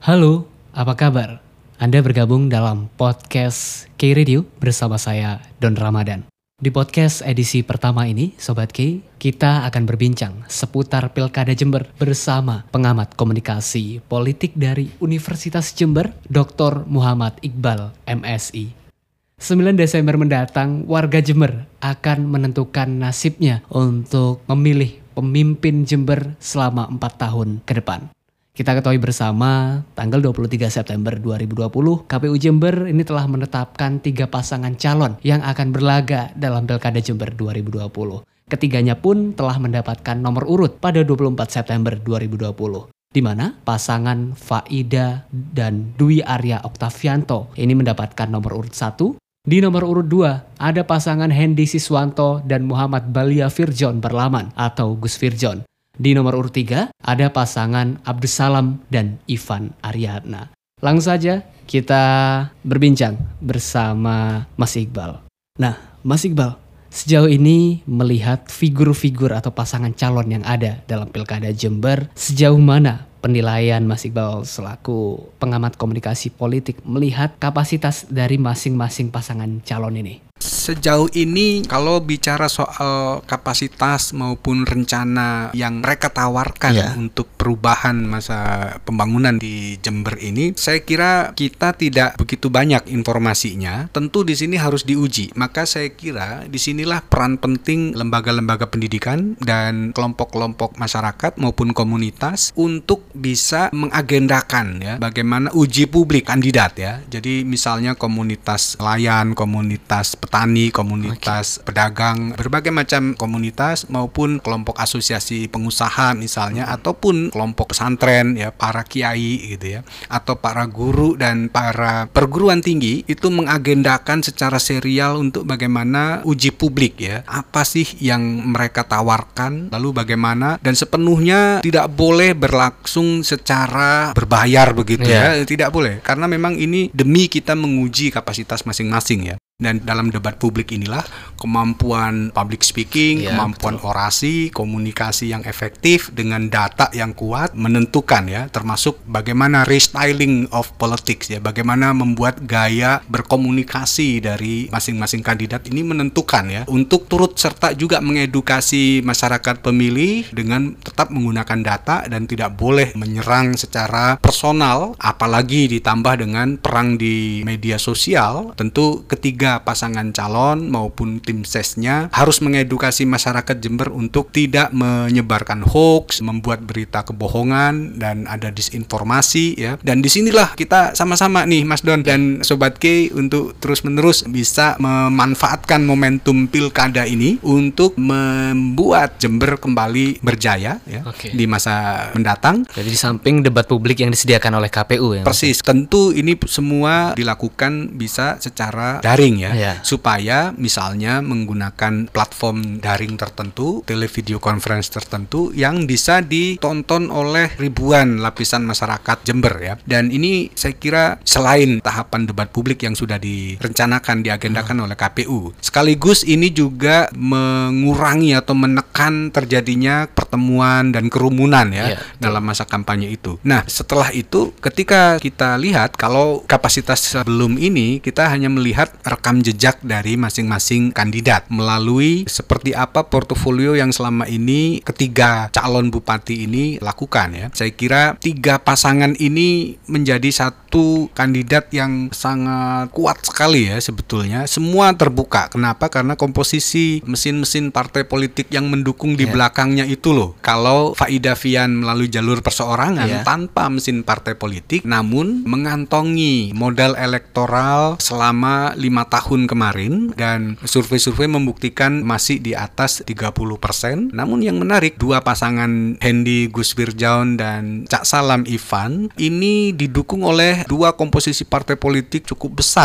Halo, apa kabar? Anda bergabung dalam podcast K-Radio bersama saya, Don Ramadan. Di podcast edisi pertama ini, Sobat K, kita akan berbincang seputar Pilkada Jember bersama pengamat komunikasi politik dari Universitas Jember, Dr. Muhammad Iqbal, MSI. 9 Desember mendatang, warga Jember akan menentukan nasibnya untuk memilih pemimpin Jember selama 4 tahun ke depan. Kita ketahui bersama, tanggal 23 September 2020, KPU Jember ini telah menetapkan 3 pasangan calon yang akan berlaga dalam Pilkada Jember 2020. Ketiganya pun telah mendapatkan nomor urut pada 24 September 2020. Di mana pasangan Faida dan Dwi Arya Oktavianto ini mendapatkan nomor urut 1. Di nomor urut 2, ada pasangan Hendy Siswanto dan Muhammad Balia Firjon Berlaman atau Gus Firjon. Di nomor urut 3, ada pasangan Abdussalam dan Ivan Aryadna. Langsung saja kita berbincang bersama Mas Iqbal. Nah, Mas Iqbal, sejauh ini melihat figur-figur atau pasangan calon yang ada dalam Pilkada Jember, sejauh mana penilaian Mas Iqbal selaku pengamat komunikasi politik melihat kapasitas dari masing-masing pasangan calon ini? Sejauh ini kalau bicara soal kapasitas maupun rencana yang mereka tawarkan untuk perubahan masa pembangunan di Jember ini, saya kira kita tidak begitu banyak informasinya. Tentu di sini harus diuji. Maka saya kira disinilah peran penting lembaga-lembaga pendidikan dan kelompok-kelompok masyarakat maupun komunitas untuk bisa mengagendakan ya bagaimana uji publik kandidat ya. Jadi misalnya komunitas nelayan, komunitas petani, komunitas pedagang, berbagai macam komunitas maupun kelompok asosiasi pengusaha misalnya, ataupun kelompok pesantren ya, para kiai gitu ya, atau para guru dan para perguruan tinggi itu mengagendakan secara serial untuk bagaimana uji publik ya, apa sih yang mereka tawarkan, lalu bagaimana, dan sepenuhnya tidak boleh berlangsung secara berbayar begitu ya, tidak boleh, karena memang ini demi kita menguji kapasitas masing-masing ya. Dan dalam debat publik inilah kemampuan public speaking, kemampuan orasi, komunikasi yang efektif dengan data yang kuat menentukan ya, termasuk bagaimana restyling of politics ya, bagaimana membuat gaya berkomunikasi dari masing-masing kandidat ini menentukan ya, untuk turut serta juga mengedukasi masyarakat pemilih dengan tetap menggunakan data dan tidak boleh menyerang secara personal, apalagi ditambah dengan perang di media sosial. Tentu ketiga pasangan calon maupun tim sesnya harus mengedukasi masyarakat Jember untuk tidak menyebarkan hoax, membuat berita kebohongan dan ada disinformasi ya. Dan disinilah kita sama-sama nih Mas Don dan Sobat K untuk terus-menerus bisa memanfaatkan momentum pilkada ini untuk membuat Jember kembali berjaya ya di masa mendatang. Jadi di samping debat publik yang disediakan oleh KPU ya. Persis, tentu ini semua dilakukan bisa secara daring ya, supaya misalnya menggunakan platform daring tertentu, televideo conference tertentu yang bisa ditonton oleh ribuan lapisan masyarakat Jember ya. Dan ini saya kira selain tahapan debat publik yang sudah direncanakan, diagendakan oleh KPU, sekaligus ini juga mengurangi atau menekan terjadinya pertemuan dan kerumunan ya dalam masa kampanye itu. Nah, setelah itu ketika kita lihat kalau kapasitas sebelum ini kita hanya melihat rekam jejak dari masing-masing kandidat melalui seperti apa portofolio yang selama ini ketiga calon bupati ini lakukan ya. Saya kira 3 pasangan ini menjadi satu kandidat yang sangat kuat sekali ya sebetulnya. Semua terbuka. Kenapa? Karena komposisi mesin-mesin partai politik yang mendukung di belakangnya itu loh. Kalau Faida Fian melalui jalur perseorangan tanpa mesin partai politik, namun mengantongi modal elektoral selama 5 tahun kemarin, dan survei-survei membuktikan masih di atas 30%. Namun yang menarik, 2 pasangan Hendy Gus Firjon dan Cak Salam Ivan ini didukung oleh 2 komposisi partai politik cukup besar ya.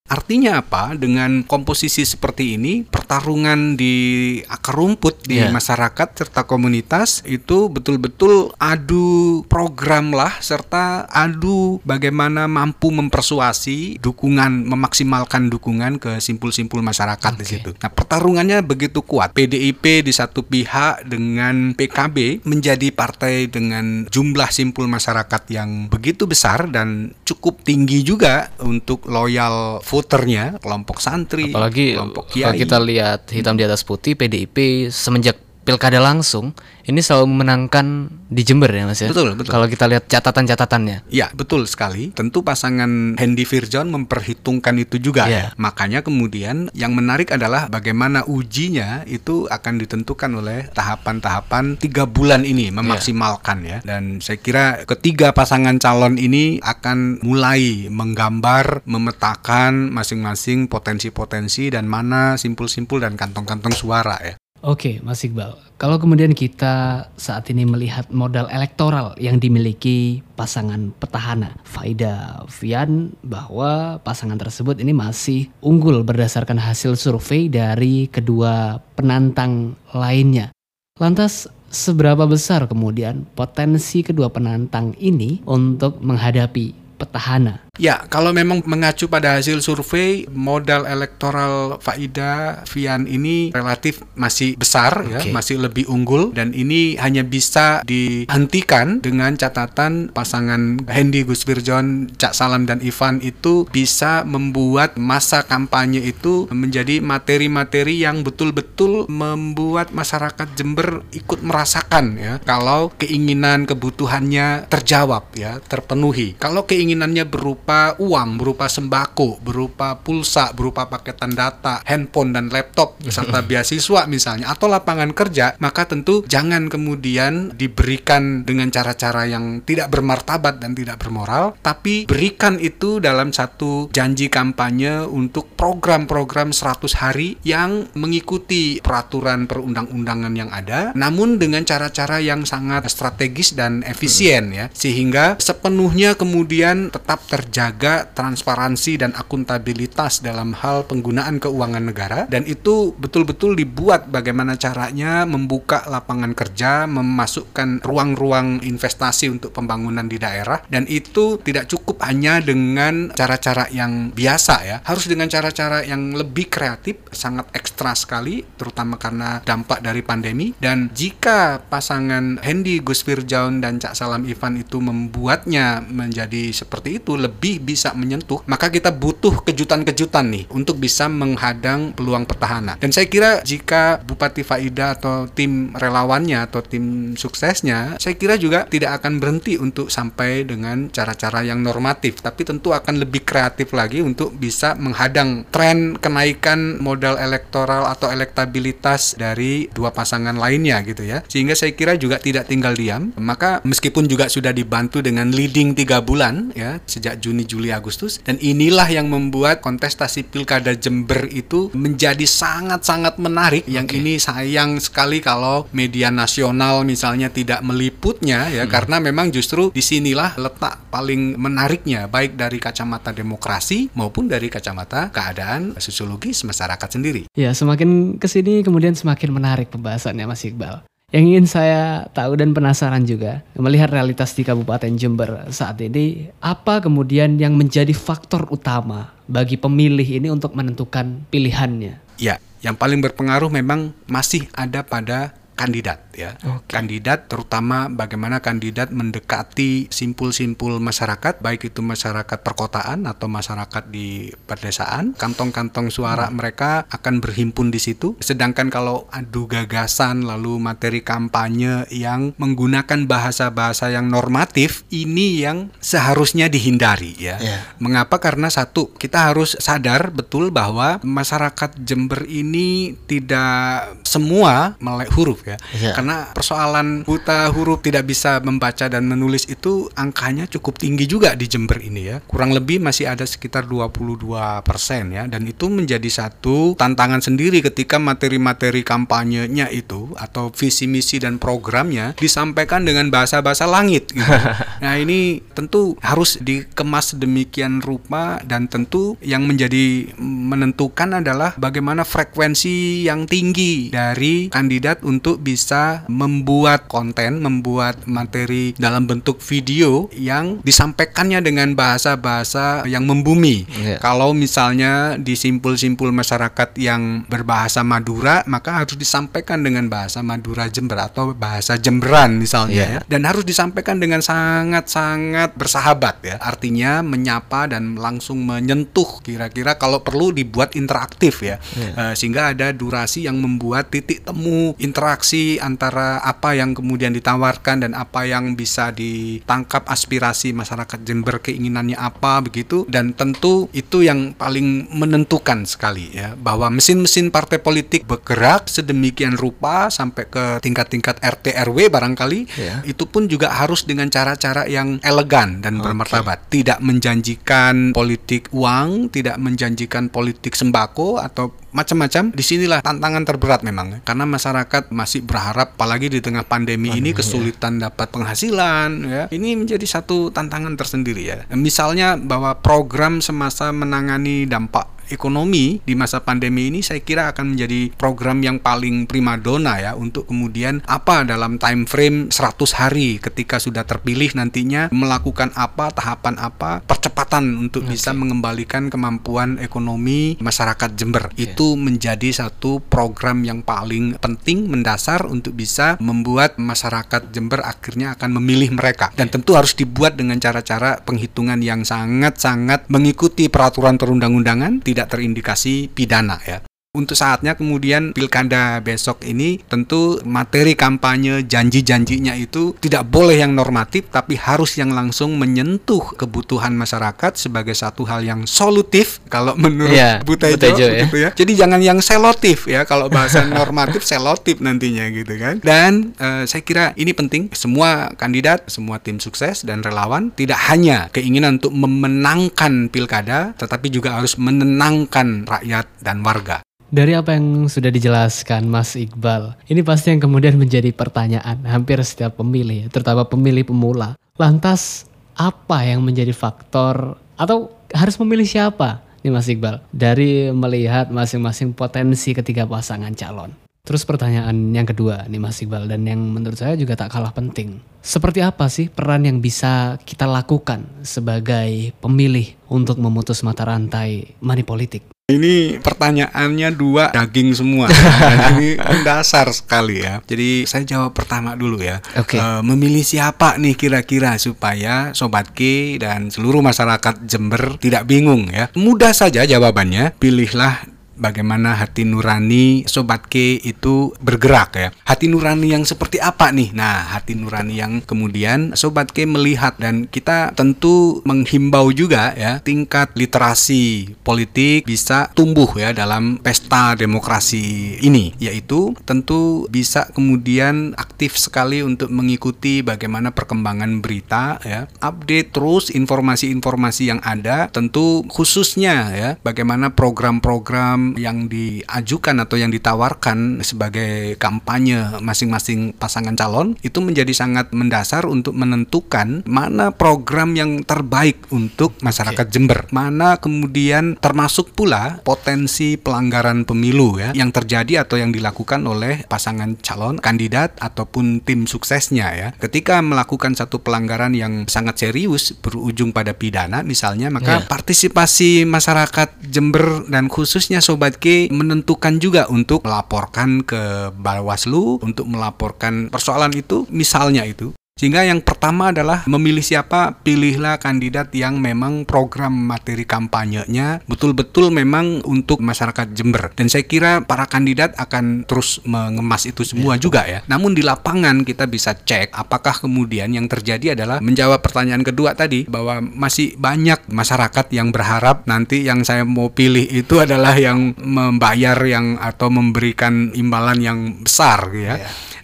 Artinya apa? Dengan komposisi seperti ini, pertarungan di akar rumput di masyarakat serta komunitas itu betul-betul adu program lah, serta adu bagaimana mampu mempersuasi dukungan, memaksimalkan dukungan ke simpul-simpul masyarakat di situ. Nah, pertarungannya begitu kuat. PDIP di satu pihak dengan PKB menjadi partai dengan jumlah simpul masyarakat yang begitu besar dan cukup tinggi juga untuk loyal voternya, kelompok santri, apalagi kelompok kiai. Kalau kita lihat hitam di atas putih, PDIP semenjak pilkada langsung ini selalu memenangkan di Jember ya Mas ya. Betul. Kalau kita lihat catatan-catatannya. Ya, betul sekali. Tentu pasangan Hendy Firjawan memperhitungkan itu juga. Makanya kemudian yang menarik adalah bagaimana ujinya itu akan ditentukan oleh tahapan-tahapan 3 bulan ini memaksimalkan ya. Dan saya kira ketiga pasangan calon ini akan mulai menggambar, memetakan masing-masing potensi-potensi dan mana simpul-simpul dan kantong-kantong suara ya. Oke, Mas Iqbal. Kalau kemudian kita saat ini melihat modal elektoral yang dimiliki pasangan petahana Faida Fian, bahwa pasangan tersebut ini masih unggul berdasarkan hasil survei dari kedua penantang lainnya. Lantas, seberapa besar kemudian potensi kedua penantang ini untuk menghadapi petahana? Ya, kalau memang mengacu pada hasil survei, modal elektoral Faida Fian ini relatif masih besar ya, masih lebih unggul, dan ini hanya bisa dihentikan dengan catatan pasangan Hendy Gus Firjawan, Cak Salam dan Ivan itu bisa membuat masa kampanye itu menjadi materi-materi yang betul-betul membuat masyarakat Jember ikut merasakan ya, kalau keinginan kebutuhannya terjawab ya, terpenuhi. Kalau keinginannya berupa uang, berupa sembako, berupa pulsa, berupa paketan data, handphone dan laptop, serta beasiswa misalnya, atau lapangan kerja, maka tentu jangan kemudian diberikan dengan cara-cara yang tidak bermartabat dan tidak bermoral, tapi berikan itu dalam satu janji kampanye untuk program-program 100 hari yang mengikuti peraturan perundang-undangan yang ada, namun dengan cara-cara yang sangat strategis dan efisien ya, sehingga sepenuhnya kemudian tetap terjaga transparansi dan akuntabilitas dalam hal penggunaan keuangan negara, dan itu betul-betul dibuat bagaimana caranya membuka lapangan kerja, memasukkan ruang-ruang investasi untuk pembangunan di daerah, dan itu tidak cukup hanya dengan cara-cara yang biasa ya, harus dengan cara-cara yang lebih kreatif, sangat ekstra sekali, terutama karena dampak dari pandemi. Dan jika pasangan Hendy Gus Firjawan dan Cak Salam Ivan itu membuatnya menjadi seperti itu, lebih bisa menyentuh, maka kita butuh kejutan-kejutan nih untuk bisa menghadang peluang petahana. Dan saya kira jika Bupati Faida atau tim relawannya atau tim suksesnya, saya kira juga tidak akan berhenti untuk sampai dengan cara-cara yang normatif, tapi tentu akan lebih kreatif lagi untuk bisa menghadang tren kenaikan modal elektoral atau elektabilitas dari dua pasangan lainnya gitu ya. Sehingga saya kira juga tidak tinggal diam, maka meskipun juga sudah dibantu dengan leading 3 bulan ya, sejak Juni, Juli, Agustus, dan inilah yang membuat kontestasi Pilkada Jember itu menjadi sangat-sangat menarik. Yang ini sayang sekali kalau media nasional misalnya tidak meliputnya ya, karena memang justru disinilah letak paling menariknya, baik dari kacamata demokrasi maupun dari kacamata keadaan sosiologis masyarakat sendiri. Ya, semakin kesini kemudian semakin menarik pembahasannya Mas Iqbal. Yang ingin saya tahu dan penasaran juga, melihat realitas di Kabupaten Jember saat ini, apa kemudian yang menjadi faktor utama bagi pemilih ini untuk menentukan pilihannya? Ya, yang paling berpengaruh memang masih ada pada kandidat ya. Kandidat, terutama bagaimana kandidat mendekati simpul-simpul masyarakat, baik itu masyarakat perkotaan atau masyarakat di pedesaan. Kantong-kantong suara mereka akan berhimpun di situ. Sedangkan kalau adu gagasan lalu materi kampanye yang menggunakan bahasa-bahasa yang normatif, ini yang seharusnya dihindari ya. Mengapa? Karena satu, kita harus sadar betul bahwa masyarakat Jember ini tidak semua melek huruf ya. Karena persoalan buta huruf, tidak bisa membaca dan menulis itu angkanya cukup tinggi juga di Jember ini ya. Kurang lebih masih ada sekitar 22% ya, dan itu menjadi satu tantangan sendiri ketika materi-materi kampanyenya itu atau visi misi dan programnya disampaikan dengan bahasa-bahasa langit gitu. Nah, ini tentu harus dikemas sedemikian rupa, dan tentu yang menjadi menentukan adalah bagaimana frekuensi yang tinggi dari kandidat untuk bisa membuat konten, membuat materi dalam bentuk video yang disampaikannya dengan bahasa-bahasa yang membumi. Kalau misalnya di simpul-simpul masyarakat yang berbahasa Madura, maka harus disampaikan dengan bahasa Madura Jember atau bahasa Jemberan misalnya ya. Dan harus disampaikan dengan sangat-sangat bersahabat ya. Artinya menyapa dan langsung menyentuh, kira-kira kalau perlu dibuat interaktif ya. Sehingga ada durasi yang membuat titik temu interaksi antara apa yang kemudian ditawarkan dan apa yang bisa ditangkap aspirasi masyarakat Jember, keinginannya apa begitu. Dan tentu itu yang paling menentukan sekali ya, bahwa mesin-mesin partai politik bergerak sedemikian rupa sampai ke tingkat-tingkat RT RW barangkali itu pun juga harus dengan cara-cara yang elegan dan bermartabat, tidak menjanjikan politik uang, tidak menjanjikan politik sembako atau macam-macam. Disinilah tantangan terberat memang, karena masyarakat masih berharap, apalagi di tengah pandemi ini kesulitan dapat penghasilan ya. Ini menjadi satu tantangan tersendiri ya. Misalnya bahwa program semasa menangani dampak ekonomi di masa pandemi ini saya kira akan menjadi program yang paling primadona ya, untuk kemudian apa dalam time frame 100 hari ketika sudah terpilih nantinya melakukan apa, tahapan apa, percepatan untuk bisa mengembalikan kemampuan ekonomi masyarakat Jember. Itu menjadi satu program yang paling penting, mendasar untuk bisa membuat masyarakat Jember akhirnya akan memilih mereka, dan tentu harus dibuat dengan cara-cara penghitungan yang sangat-sangat mengikuti peraturan perundang-undangan, tidak terindikasi pidana ya. Untuk saatnya kemudian pilkada besok ini tentu materi kampanye, janji-janjinya itu tidak boleh yang normatif, tapi harus yang langsung menyentuh kebutuhan masyarakat sebagai satu hal yang solutif kalau menurut Butejo gitu ya. Jadi jangan yang selotif ya, kalau bahasa normatif selotif nantinya gitu kan. Dan saya kira ini penting, semua kandidat, semua tim sukses dan relawan tidak hanya keinginan untuk memenangkan pilkada, tetapi juga harus menenangkan rakyat dan warga. Dari apa yang sudah dijelaskan Mas Iqbal, ini pasti yang kemudian menjadi pertanyaan hampir setiap pemilih, terutama pemilih pemula. Lantas, apa yang menjadi faktor atau harus memilih siapa nih Mas Iqbal dari melihat masing-masing potensi ketiga pasangan calon? Terus pertanyaan yang kedua nih Mas Iqbal, dan yang menurut saya juga tak kalah penting. Seperti apa sih peran yang bisa kita lakukan sebagai pemilih untuk memutus mata rantai money politik? Ini pertanyaannya dua daging semua. Ini dasar sekali ya. Jadi saya jawab pertama dulu ya. Memilih siapa nih kira-kira supaya Sobat K dan seluruh masyarakat Jember tidak bingung ya. Mudah saja jawabannya, pilihlah bagaimana hati nurani Sobat K itu bergerak ya. Hati nurani yang seperti apa nih? Nah, hati nurani yang kemudian Sobat K melihat, dan kita tentu menghimbau juga ya, tingkat literasi politik bisa tumbuh ya dalam pesta demokrasi ini, yaitu tentu bisa kemudian aktif sekali untuk mengikuti bagaimana perkembangan berita ya, update terus informasi-informasi yang ada, tentu khususnya ya bagaimana program-program yang diajukan atau yang ditawarkan sebagai kampanye masing-masing pasangan calon, itu menjadi sangat mendasar untuk menentukan mana program yang terbaik untuk masyarakat Jember, mana kemudian termasuk pula potensi pelanggaran pemilu ya yang terjadi atau yang dilakukan oleh pasangan calon, kandidat ataupun tim suksesnya ya. Ketika melakukan satu pelanggaran yang sangat serius berujung pada pidana misalnya, maka partisipasi masyarakat Jember dan khususnya Sobat K menentukan juga untuk melaporkan ke Bawaslu, untuk melaporkan persoalan itu misalnya itu. Sehingga yang pertama adalah memilih siapa, pilihlah kandidat yang memang program materi kampanyenya betul-betul memang untuk masyarakat Jember. Dan saya kira para kandidat akan terus mengemas itu semua juga ya. Namun di lapangan kita bisa cek apakah kemudian yang terjadi adalah menjawab pertanyaan kedua tadi, bahwa masih banyak masyarakat yang berharap nanti yang saya mau pilih itu adalah yang membayar yang atau memberikan imbalan yang besar ya.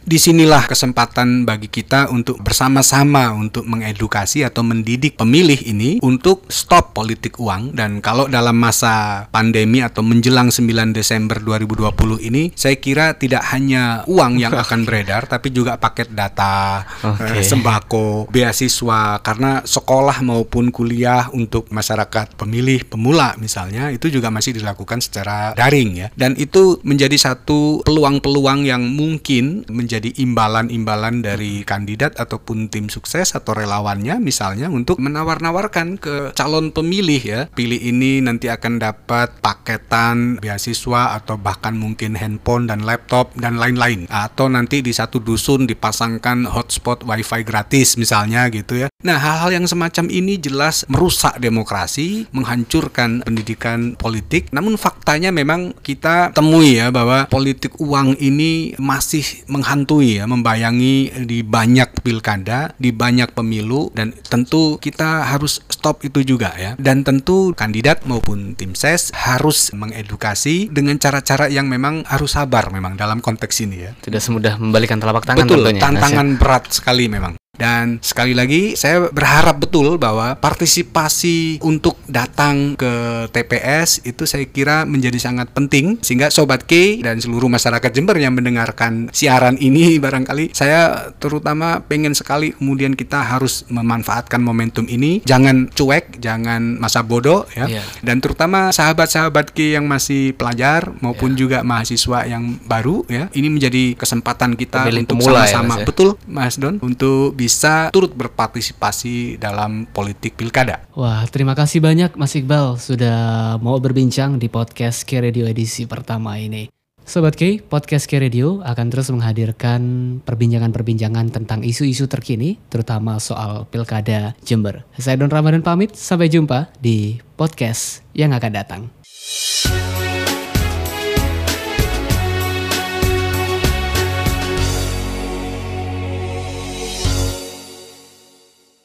disinilah kesempatan bagi kita untuk bersama-sama untuk mengedukasi atau mendidik pemilih ini untuk stop politik uang. Dan kalau dalam masa pandemi atau menjelang 9 Desember 2020 ini, saya kira tidak hanya uang yang akan beredar, tapi juga paket data, sembako, beasiswa, karena sekolah maupun kuliah untuk masyarakat pemilih pemula misalnya, itu juga masih dilakukan secara daring ya. Dan itu menjadi satu peluang-peluang yang mungkin menjadi imbalan-imbalan dari kandidat ataupun tim sukses atau relawannya misalnya untuk menawar-nawarkan ke calon pemilih ya. Pilih ini nanti akan dapat paketan beasiswa atau bahkan mungkin handphone dan laptop dan lain-lain. Atau nanti di satu dusun dipasangkan hotspot wifi gratis misalnya gitu ya. Nah, hal-hal yang semacam ini jelas merusak demokrasi, menghancurkan pendidikan politik. Namun faktanya memang kita temui ya bahwa politik uang ini masih menghantui ya, membayangi di banyak pilkada, di banyak pemilu, dan tentu kita harus stop itu juga ya. Dan tentu kandidat maupun tim ses harus mengedukasi dengan cara-cara yang memang harus sabar memang dalam konteks ini ya. Tidak semudah membalikan telapak tangan. Betul, tentunya, tantangan berat sekali memang. Dan sekali lagi saya berharap betul bahwa partisipasi untuk datang ke TPS itu saya kira menjadi sangat penting, sehingga Sobat K dan seluruh masyarakat Jember yang mendengarkan siaran ini, barangkali saya terutama pengen sekali kemudian kita harus memanfaatkan momentum ini, jangan cuek, jangan masa bodoh ya. Dan terutama sahabat-sahabat K yang masih pelajar maupun juga mahasiswa yang baru ya, ini menjadi kesempatan kita pemilih untuk sama-sama ya, betul Mas Don, untuk bisa turut berpartisipasi dalam politik pilkada. Wah, terima kasih banyak Mas Iqbal sudah mau berbincang di podcast K Radio edisi pertama ini. Sobat K, podcast K Radio akan terus menghadirkan perbincangan-perbincangan tentang isu-isu terkini, terutama soal pilkada Jember. Saya Don Ramadan pamit, sampai jumpa di podcast yang akan datang.